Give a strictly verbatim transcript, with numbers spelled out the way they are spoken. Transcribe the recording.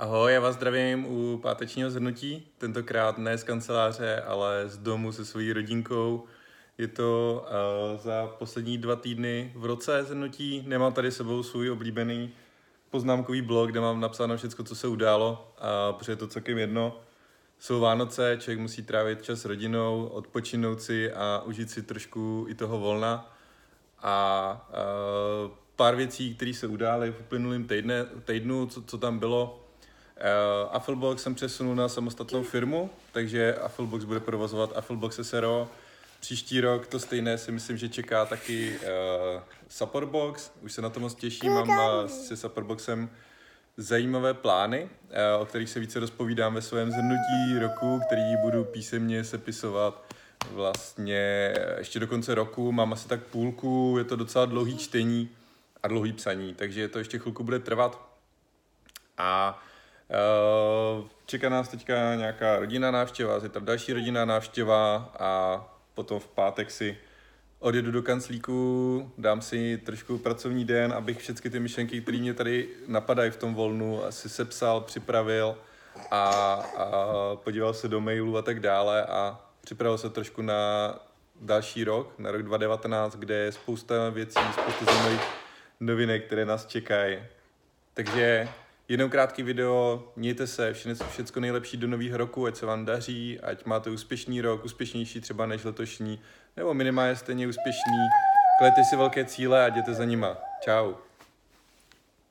Ahoj, já vás zdravím u pátečního zhrnutí, tentokrát ne z kanceláře, ale z domu se svojí rodinkou. Je to uh, za poslední dva týdny v roce zhrnutí, nemám tady s sebou svůj oblíbený poznámkový blog, kde mám napsáno všechno, co se událo, a protože je to celkem jedno. Jsou Vánoce, člověk musí trávit čas s rodinou, odpočinout si a užít si trošku i toho volna. A uh, pár věcí, které se udály v uplynulém týdne, týdnu, co, co tam bylo. Uh, Afflebox jsem přesunul na samostatnou firmu, takže Afflebox bude provozovat Afflebox S R O. Příští rok to stejné si myslím, že čeká taky uh, Supportbox. Už se na to moc těším, mám uh, se Supportboxem zajímavé plány, uh, o kterých se více rozpovídám ve svém zhrnutí roku, který budu písemně sepisovat vlastně ještě do konce roku. Mám asi tak půlku, je to docela dlouhý čtení a dlouhý psaní, takže to ještě chvilku bude trvat. A Uh, čeká nás teďka nějaká rodinná návštěva, je tam další rodinná návštěva a potom v pátek si odjedu do kanclíku, dám si trošku pracovní den, abych všechny ty myšlenky, které mě tady napadají v tom volnu, asi sepsal, připravil a, a podíval se do mailů a tak dále a připravil se trošku na další rok, na rok dva tisíce devatenáct, kde je spousta věcí, spousta zajímavých novinek, které nás čekají. Takže jednou krátký video, mějte se, všechno nejlepší do nového roku, ať se vám daří, ať máte úspěšný rok, úspěšnější třeba než letošní, nebo minimálně stejně úspěšný. Klejte si velké cíle a jděte za nima. Čau.